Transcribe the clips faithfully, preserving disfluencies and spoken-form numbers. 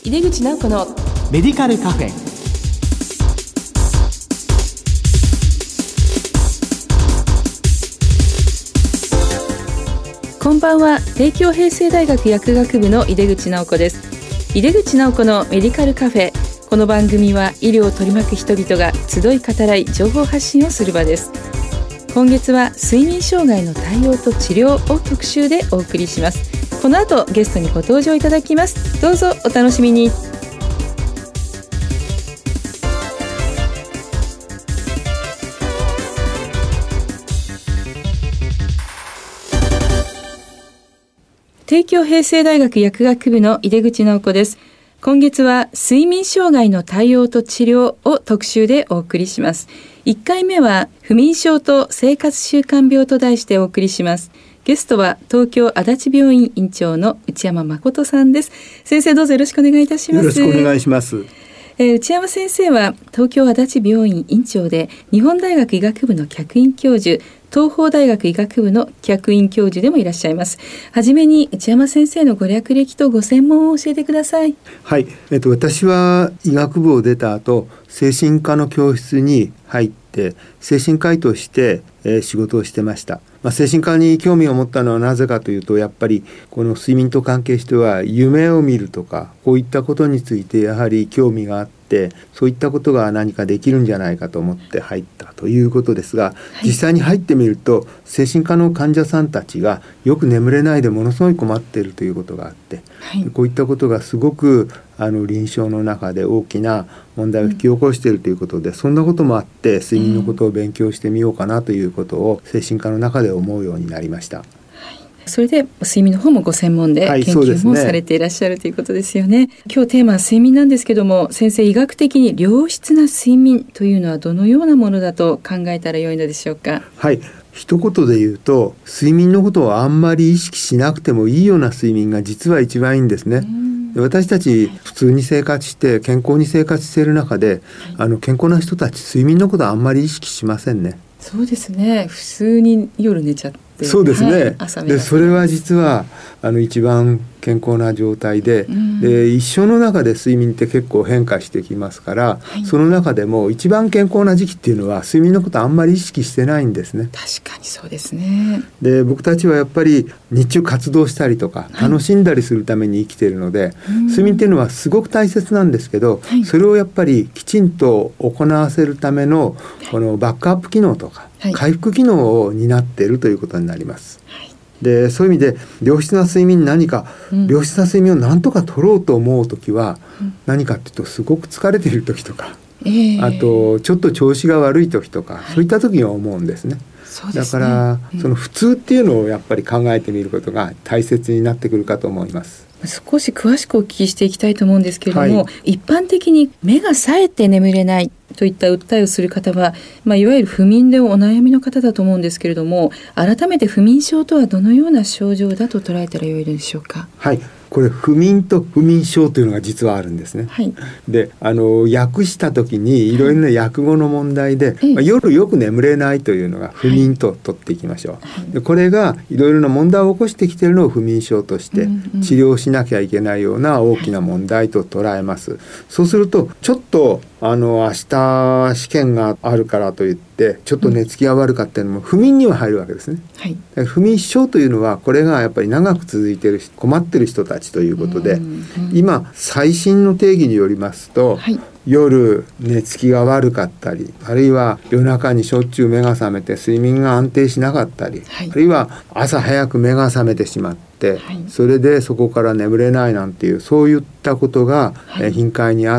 井出口直子のメディカルカフェ。 こんばんは。帝京平成大学薬学部の井出口直子です。井出口直子のメディカルカフェ。この番組は医療を取り巻く人々が集い語らい情報発信をする場です。今月は睡眠障害の対応と治療を特集でお送りします。この後ゲストにご登場いただきます。どうぞお楽しみに。帝京平成大学薬学部の井出口直子です。今月は睡眠障害の対応と治療を特集でお送りします。いっかいめは不眠症と生活習慣病と題してお送りします。ゲストは東京足立病院院長の内山誠さんです。先生、どうぞよろしくお願いいたします。 よろしくお願いします。 えー、内山先生は東京足立病院院長で日本大学医学部の客員教授、東邦大学医学部の客員教授でもいらっしゃいます。はじめに内山先生のご略歴とご専門を教えてください。 はい、えっと、私は医学部を出た後、精神科の教室に入って精神科医として、えー、仕事をしてました。まあ、精神科に興味を持ったのはなぜかというと、やっぱりこの睡眠と関係しては夢を見るとかこういったことについてやはり興味があって、そういったことが何かできるんじゃないかと思って入ったということですが、はい、実際に入ってみると精神科の患者さんたちがよく眠れないでものすごい困っているということがあって、はい、こういったことがすごくあの臨床の中で大きな問題を引き起こしているということで、うん、そんなこともあって睡眠のことを勉強してみようかなということを精神科の中で思うようになりました。 それで睡眠の方もご専門で研究もされていらっしゃるということですよね。はい、今日テーマは睡眠なんですけども、先生、医学的に良質な睡眠というのはどのようなものだと考えたらよいのでしょうか。 はい、一言で言うと、睡眠のことをあんまり意識しなくてもいいような睡眠が実は一番いいんですね。私たち普通に生活して健康に生活している中で、はい、あの健康な人たち睡眠のことはあんまり意識しませんね。 そうですね。普通に夜寝ちゃって、 そうですね、はい、 朝目でそれは実はあの一番健康な状態 で,、うん、で一生の中で睡眠って結構変化してきますから、はい、その中でも一番健康な時期っていうのは睡眠のことあんまり意識してないんですね。 確かにそうですね。 で僕たちはやっぱり日中活動したりとか楽しんだりするために生きているので、はい、睡眠っていうのはすごく大切なんですけど、はい、それをやっぱりきちんと行わせるためのこのバックアップ機能とか、はい、回復機能を担っているということになります。はい、でそういう意味で良質な睡眠、何か、うん、良質な睡眠を何とか取ろうと思うときは、うん、何かっていうとすごく疲れているときとか、えー、あとちょっと調子が悪いときとか、はい、そういったときに思うんですね。そうですね。だから、うん、その普通っていうのをやっぱり考えてみることが大切になってくるかと思います。 少し詳しくお聞きしていきたいと思うんですけれども、はい、一般的に目が冴えて眠れないといった訴えをする方は、まあ、いわゆる不眠でお悩みの方だと思うんですけれども、改めて不眠症とはどのような症状だと捉えたらよいのでしょうか。 はい、これ不眠と不眠症というのが実はあるんですね。はい、であの訳した時にいろいろな訳語の問題で、はい、まあ、夜よく眠れないというのが不眠と取っていきましょう。はい、でこれがいろいろな問題を起こしてきているのを不眠症として治療しなきゃいけないような大きな問題と捉えます。はい、そうするとちょっとあの明日試験があるからといってちょっと寝つきが悪かったのも不眠には入るわけですね。はい、不眠症というのはこれがやっぱり長く続いている困っている人たちということで、今最新の定義によりますと、はい、夜寝つきが悪かったり、あるいは夜中にしょっちゅう目が覚めて睡眠が安定しなかったり、はい、あるいは朝早く目が覚めてしまって、はい、それでそこから眠れないなんていうそういったことが、はい、頻回にあって、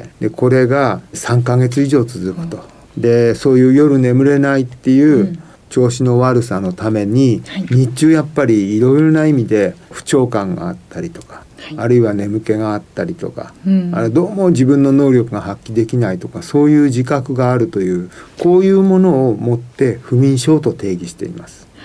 でこれがさんかげつ以上続くと、うん、でそういう夜眠れないっていう、うん、調子の悪さのために、はい、日中やっぱりいろいろな意味で不調感があったりとか、はい、あるいは眠気があったりとか、うん、あれどうも自分の能力が発揮できないとか、そういう自覚があるというこういうものをもって不眠症と定義しています。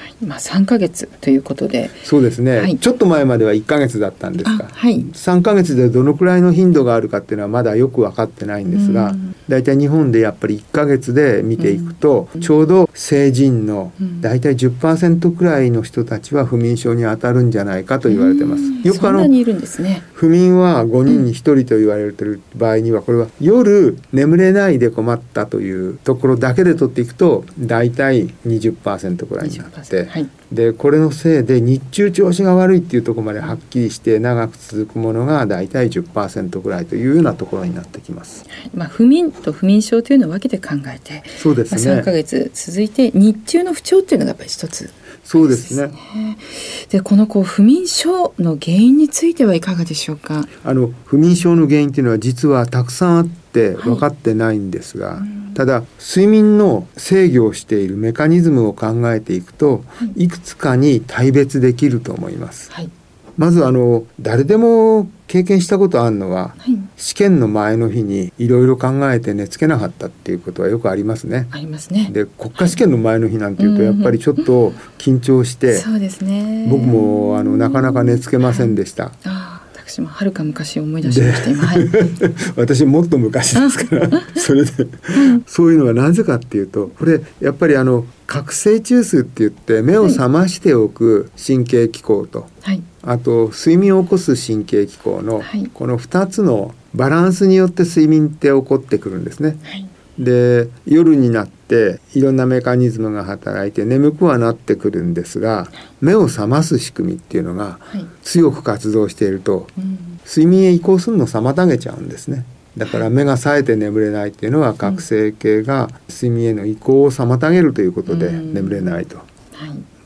まあ、さんかげつということで。 そうですね、はい、ちょっと前まではいっかげつだったんですが、はい、さんかげつでどのくらいの頻度があるかっていうのはまだよく分かってないんですが、だいたい日本でやっぱりいっかげつで見ていくと、うん、ちょうど成人のだいたい じゅっパーセント くらいの人たちは不眠症に当たるんじゃないかと言われてます。よくあのそんなにいるんですね。 不眠はごにんにひとりと言われている場合には、これは夜眠れないで困ったというところだけで取っていくとだいたい にじゅっパーセント くらいになって、はい、でこれのせいで日中調子が悪いっていうところまではっきりして長く続くものがだいたい じゅっパーセント くらいというようなところになってきます。 まあ、不眠と不眠症というのを分けて考えて、 そうですね、 まあ、さんかげつ続いて日中の不調っていうのがやっぱり一つ。 そうですね。 でこのこう不眠症の原因についてはいかがでしょうか。 あの不眠症の原因というのは実はたくさんあって分かってないんですが、はい、ただ睡眠の制御をしているメカニズムを考えていくと、はい、いくつかに大別できると思います。はい、まずあの誰でも経験したことあるのは、はい、試験の前の日にいろいろ考えて寝つけなかったっていうことはよくありますね。 ありますね。 で国家試験の前の日なんていうとやっぱりちょっと緊張して、 そうですね、 僕もあのなかなか寝つけませんでした。はい、 あ私もはるか昔思い出しました今、はい、 私もっと昔ですからそれでそういうのはなぜかっていうと、これやっぱりあの覚醒中枢って言って目を覚ましておく神経機構と、はい、あと睡眠を起こす神経機構のこのふたつのバランスによって睡眠って起こってくるんですね。はい、で夜になっていろんなメカニズムが働いて眠くはなってくるんですが、目を覚ます仕組みっていうのが強く活動していると、はい、睡眠へ移行するのを妨げちゃうんですね。だから目が冴えて眠れないっていうのは覚醒系が睡眠への移行を妨げるということで眠れないと、はい、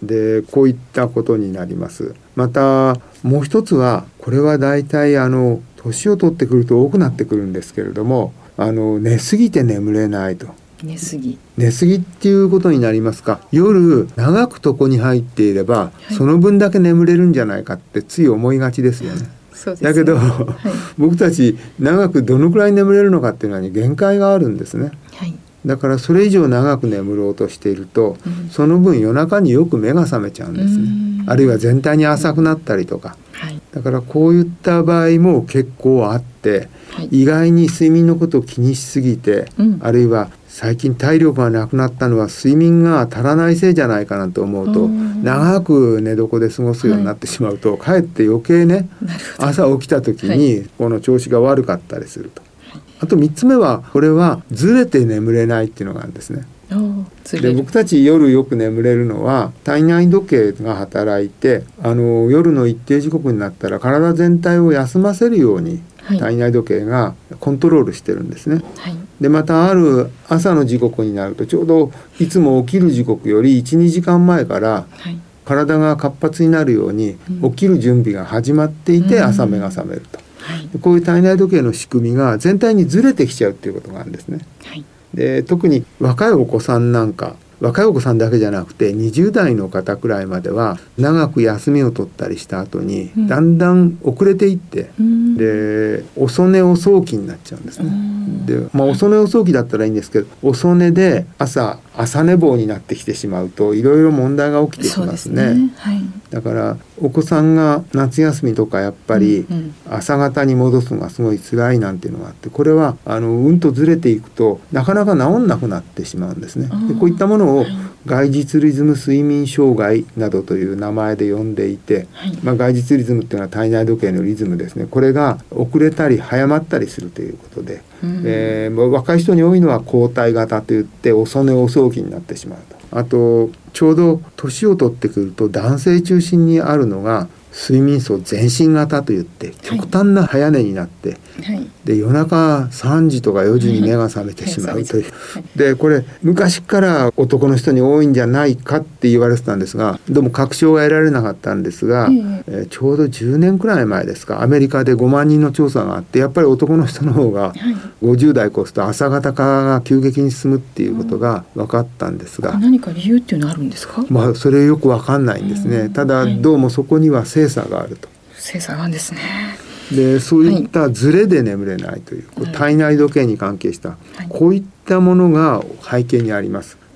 でこういったことになります。またもう一つは、これはだいたいあの年を取ってくると多くなってくるんですけれども、あの寝すぎて眠れないと。 寝すぎ寝すぎっていうことになりますか。夜長く床に入っていれば、はい、その分だけ眠れるんじゃないかってつい思いがちですよね。 そうですね。 だけど、はい、僕たち長くどのくらい眠れるのかっていうのに限界があるんですね。はい、だからそれ以上長く眠ろうとしていると、うん、その分夜中によく目が覚めちゃうんですね。あるいは全体に浅くなったりとか、はい、だからこういった場合も結構あって、はい、意外に睡眠のことを気にしすぎて、うん、あるいは最近体力がなくなったのは睡眠が足らないせいじゃないかなと思うと、長く寝床で過ごすようになってしまうと、はい、かえって余計ね、朝起きた時にこの調子が悪かったりすると、はい、あとみっつめは、これはずれて眠れないっていうのがあるんですね。で僕たち夜よく眠れるのは体内時計が働いて、あの夜の一定時刻になったら体全体を休ませるように体内時計がコントロールしてるんですね。はい、でまたある朝の時刻になると、ちょうどいつも起きる時刻より いちにじかんまえから体が活発になるように起きる準備が始まっていて、朝目が覚めると、はい、こういう体内時計の仕組みが全体にずれてきちゃうっていうことがあるんですね。はい、で特に若いお子さんなんか、若いお子さんだけじゃなくてにじゅう代の方くらいまでは長く休みを取ったりした後にだんだん遅れていって、うん、で遅寝遅起きになっちゃうんですね。で、まあ、遅寝遅起きだったらいいんですけど、遅寝で朝朝寝坊になってきてしまうといろいろ問題が起きてきますね。そうですね。はい、だからお子さんが夏休みとかやっぱり朝方に戻すのがすごい辛いなんていうのがあって、これはあのうんとずれていくとなかなか治んなくなってしまうんですね。でこういったものを外実リズム睡眠障害などという名前で呼んでいて、はい、まあ、外実リズムっていうのは体内時計のリズムですね。これが遅れたり早まったりするということで、うん、えー、若い人に多いのは後退型といって遅寝遅起きになってしまうと。あとちょうど年を取ってくると男性中心にあるのが睡眠層前進型といって極端な早寝になって、はい、で夜中さんじとかよじに目が覚めてしまうという、はい、でこれ昔から男の人に多いんじゃないかって言われてたんですが、どうも確証が得られなかったんですが、えー、ちょうどじゅうねんくらい前ですか、アメリカでごまんにんの調査があって、やっぱり男の人の方がごじゅう代越すと朝型化が急激に進むっていうことが分かったんですが、 うん、何か理由っていうのはあるんですか？ まあそれよく分かんないんですね。ただどうもそこには精査があると。 精査なんですね。 でそういったズレで眠れないという、はい、体内時計に関係した、はい、こういったものが背景にあります。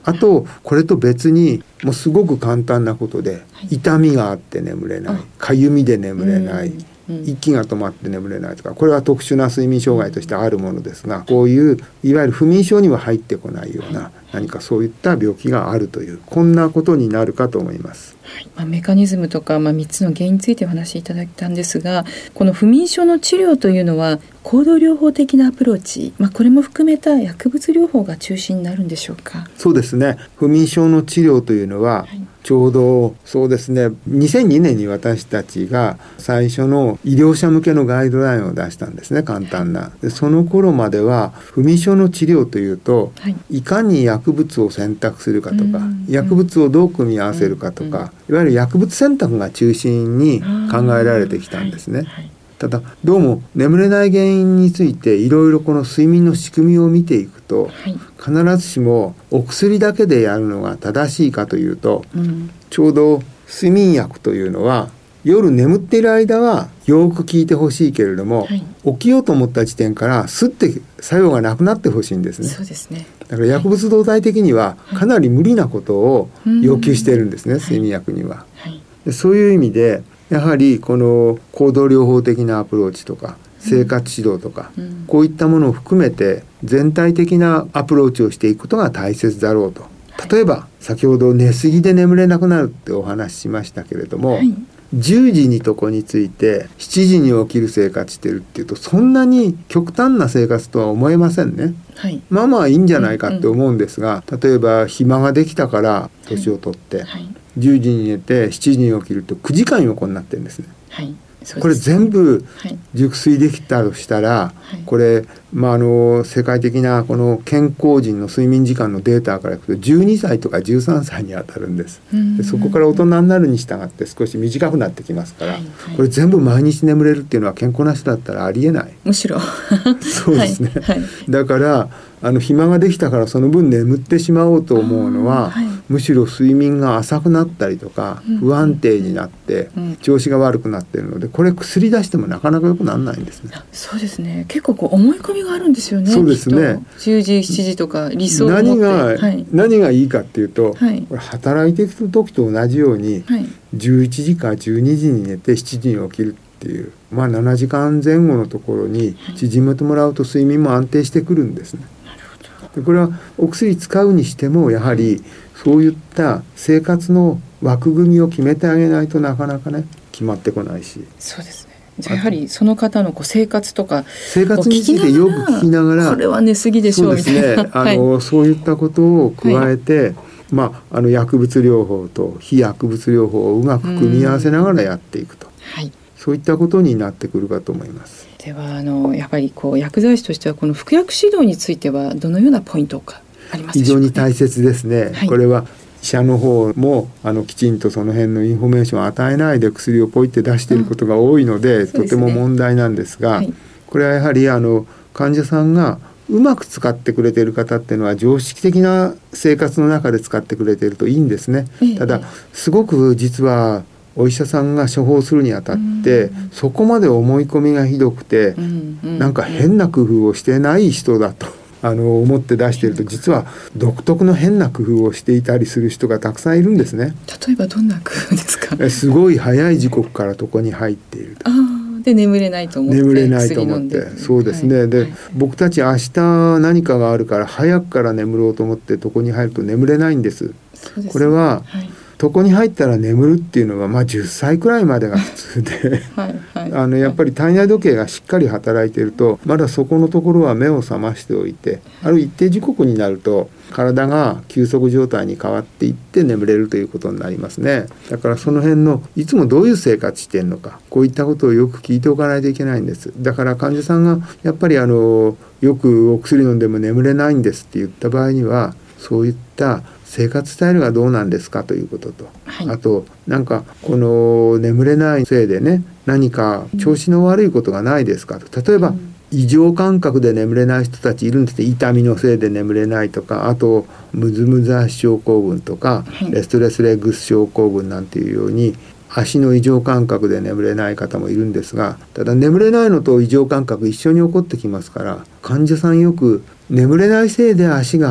あとこれと別にもうすごく簡単なことで、はい、痛みがあって眠れない、かゆみで眠れない、息が止まって眠れないとか、これは特殊な睡眠障害としてあるものですが、こういういわゆる不眠症には入ってこないような何かそういった病気があるという、こんなことになるかと思います。 はい、まあ、メカニズムとか、まあ、みっつの原因についてお話しいただいたんですが、この不眠症の治療というのは行動療法的なアプローチ、まあ、これも含めた薬物療法が中心になるんでしょうか。 そうですね。不眠症の治療というのは、はい、ちょうどそうですね、にせんにねんに私たちが最初の医療者向けのガイドラインを出したんですね、簡単な。でその頃までは不眠症の治療というと、はい、いかに薬物を選択するかとか、薬物をどう組み合わせるかとか、いわゆる薬物選択が中心に考えられてきたんですね。ただどうも眠れない原因についていろいろこの睡眠の仕組みを見ていくと、はい、必ずしもお薬だけでやるのが正しいかというと、うん、ちょうど睡眠薬というのは夜眠っている間はよく効いてほしいけれども、はい、起きようと思った時点からすって作用がなくなってほしいんですね。 そうですね。 だから薬物動態的にはかなり無理なことを要求しているんですね、はい、睡眠薬には、はい、でそういう意味でやはりこの行動療法的なアプローチとか生活指導とか、うん、こういったものを含めて全体的なアプローチをしていくことが大切だろうと。例えば先ほど寝すぎで眠れなくなるってお話ししましたけれども、はい、じゅうじに床についてしちじに起きる生活してるっていうとそんなに極端な生活とは思えませんね、はい、まあまあいいんじゃないかって思うんですが、うんうん、例えば暇ができたから年を取って、はいはい、じゅうじに寝てしちじに起きるとくじかん横になってるんですね、はい、これ全部熟睡できたとしたら、はい、これ、まあ、あの世界的なこの健康人の睡眠時間のデータからいくとじゅうにさいとかじゅうさんさいに当たるんです。でそこから大人になるに従って少し短くなってきますから、はいはい、これ全部毎日眠れるっていうのは健康な人だったらありえない。 むしろそうですね、はいはい、だからあの暇ができたからその分眠ってしまおうと思うのは、はい、むしろ睡眠が浅くなったりとか不安定になって調子が悪くなっているので、これ薬出してもなかなか良くならないんですね。 そうですね。結構こう思い込みがあるんですよね。 そうですね。 じゅうじしちじとか理想を持って何が、はい、何がいいかっていうと、はい、これ働いていく時と同じように、はい、じゅういちじかじゅうにじに寝てしちじに起きるっていう、まあ、ななじかんぜん後のところに縮めてもらうと睡眠も安定してくるんですね。これはお薬使うにしてもやはりそういった生活の枠組みを決めてあげないとなかなかね決まってこないし。 そうですね。じゃあやはりその方のこう生活とか生活についてよく聞きながら、 これは寝すぎでしょうみたいな、そうですね、あの、はい、そういったことを加えて、はい、まあ、あの薬物療法と非薬物療法をうまく組み合わせながらやっていくと、はい、そういったことになってくるかと思います。 ではあのやっぱりこう薬剤師としてはこの服薬指導についてはどのようなポイントがありますでしょうか、ね、 非常に大切ですね、はい、これは医者の方もあのきちんとその辺のインフォメーションを与えないで薬をポイって出していることが多いので、うん、とても問題なんですが、はい、これはやはりあの患者さんがうまく使ってくれている方っていうのは常識的な生活の中で使ってくれているといいんですね、ええ、ただすごく実はお医者さんが処方するにあたって、うん、そこまで思い込みがひどくて、うんうん、なんか変な工夫をしてない人だとあの思って出していると、実は独特の変な工夫をしていたりする人がたくさんいるんですね。 例えばどんな工夫ですか？ すごい早い時刻から床に入っていると。 あで眠れないと思って眠れないと思ってそうですね、はい、で、はい、僕たち明日何かがあるから早くから眠ろうと思って床に入ると眠れないんです。 そうですね、 これは、はい、床に入ったら眠るっていうのは、まあ、じゅっさいくらいまでが普通ではい、はい、あのやっぱり体内時計がしっかり働いているとまだそこのところは目を覚ましておいて、ある一定時刻になると体が休息状態に変わっていって眠れるということになりますね。だからその辺のいつもどういう生活しているのか、こういったことをよく聞いておかないといけないんです。だから患者さんがやっぱりあのよくお薬飲んでも眠れないんですって言った場合には、そういった生活スタイルがどうなんですかということと、はい、あとなんかこの眠れないせいでね何か調子の悪いことがないですかと。例えば、うん、異常感覚で眠れない人たちいるんですね。痛みのせいで眠れないとか、あとムズムズ足症候群とか、はい、レストレスレッグス症候群なんていうように足の異常感覚で眠れない方もいるんですが、ただ眠れないのと異常感覚一緒に起こってきますから、患者さんよく眠れないせいで足が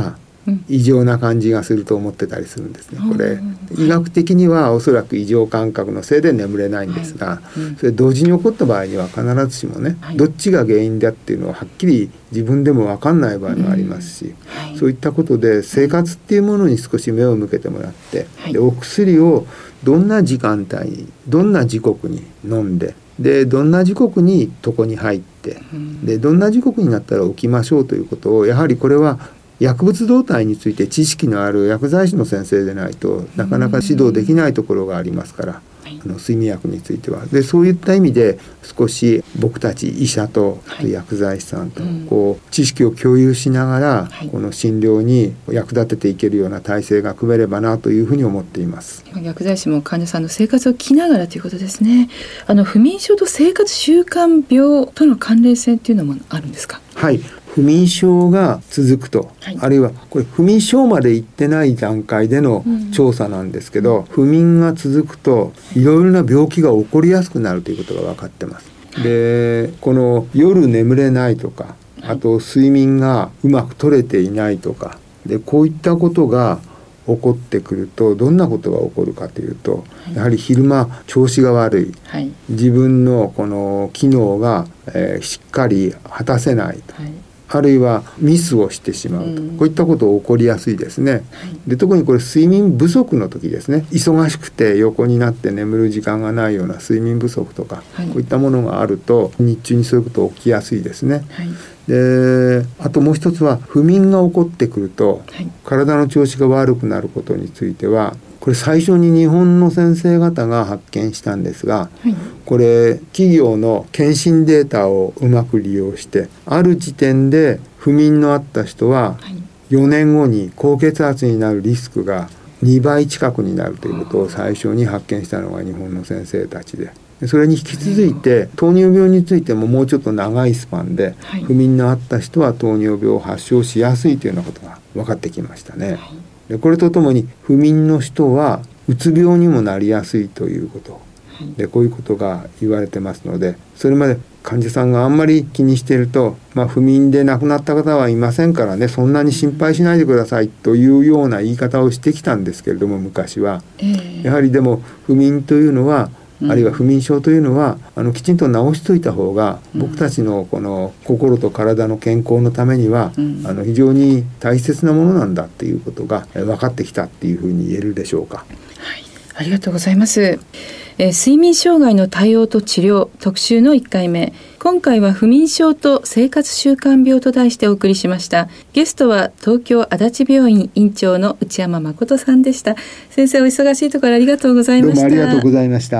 異常な感じがすると思ってたりするんですね。これ医学的にはおそらく異常感覚のせいで眠れないんですが、それ同時に起こった場合には必ずしもね、どっちが原因だっていうのははっきり自分でも分かんない場合もありますし、そういったことで生活っていうものに少し目を向けてもらって、でお薬をどんな時間帯にどんな時刻に飲んで、でどんな時刻に床に入って、でどんな時刻になったら起きましょうということを、やはりこれは薬物動態について知識のある薬剤師の先生でないとなかなか指導できないところがありますから、あの睡眠薬についてはでそういった意味で少し僕たち医者と薬剤師さんとこう知識を共有しながらこの診療に役立てていけるような体制が組めればなというふうに思っています。 薬剤師も患者さんの生活を聞きながらということですね。あの不眠症と生活習慣病との関連性っていうのもあるんですか？ はい、不眠症が続くと、はい、あるいはこれ不眠症までいってない段階での調査なんですけど、うん、不眠が続くといろいろな病気が起こりやすくなるということが分かってます。でこの夜眠れないとか、あと睡眠がうまく取れていないとかで、こういったことが起こってくるとどんなことが起こるかというと、はい、やはり昼間調子が悪い、はい、自分のこの機能が、えー、しっかり果たせないと、はい、あるいはミスをしてしまうと、うん、こういったことが起こりやすいですね、はい、で特にこれ睡眠不足の時ですね、忙しくて横になって眠る時間がないような睡眠不足とか、はい、こういったものがあると日中にそういうこと起きやすいですね、はい、であともう一つは不眠が起こってくると、はい、体の調子が悪くなることについてはこれ最初に日本の先生方が発見したんですが、はい、これ企業の検診データをうまく利用してある時点で不眠のあった人はよねんごに高血圧になるリスクがにばい近くになるということを最初に発見したのが日本の先生たちで、それに引き続いて糖尿病についてももうちょっと長いスパンで不眠のあった人は糖尿病を発症しやすいというようなことが分かってきましたね。でこれとともに不眠の人はうつ病にもなりやすいということで、こういうことが言われてますので、それまで患者さんがあんまり気にしていると、まあ、不眠で亡くなった方はいませんからね、そんなに心配しないでくださいというような言い方をしてきたんですけれども、昔は、えー、やはりでも不眠というのはあるいは不眠症というのはあのきちんと治しといた方が僕たちのこの心と体の健康のためには、うん、あの非常に大切なものなんだっていうことが分かってきたっていうふうに言えるでしょうか。はい、 ありがとうございます。えー、睡眠障害の対応と治療特集のいっかいめ、今回は不眠症と生活習慣病と題してお送りしました。ゲストは東京足立病院院長の内山誠さんでした。先生、お忙しいところありがとうございました。 どうもありがとうございました。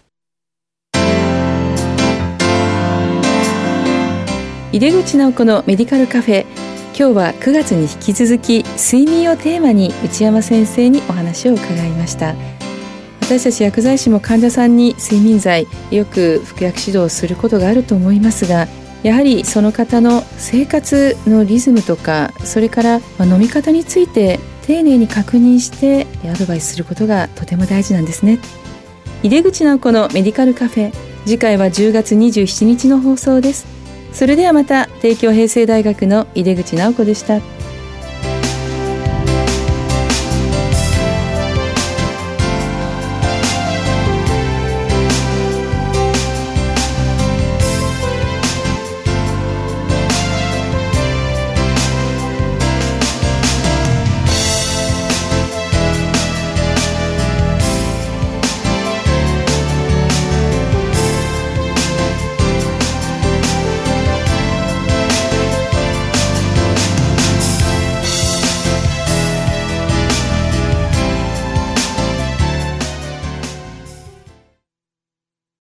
井出口直子のメディカルカフェ、今日はくがつに引き続き睡眠をテーマに内山先生にお話を伺いました。私たち薬剤師も患者さんに睡眠剤よく服薬指導することがあると思いますが、やはりその方の生活のリズムとか、それから飲み方について丁寧に確認してアドバイスすることがとても大事なんですね。井出口直子のメディカルカフェ、次回はじゅうがつにじゅうしちにちの放送です。それではまた。帝京平成大学の井出口直子でした。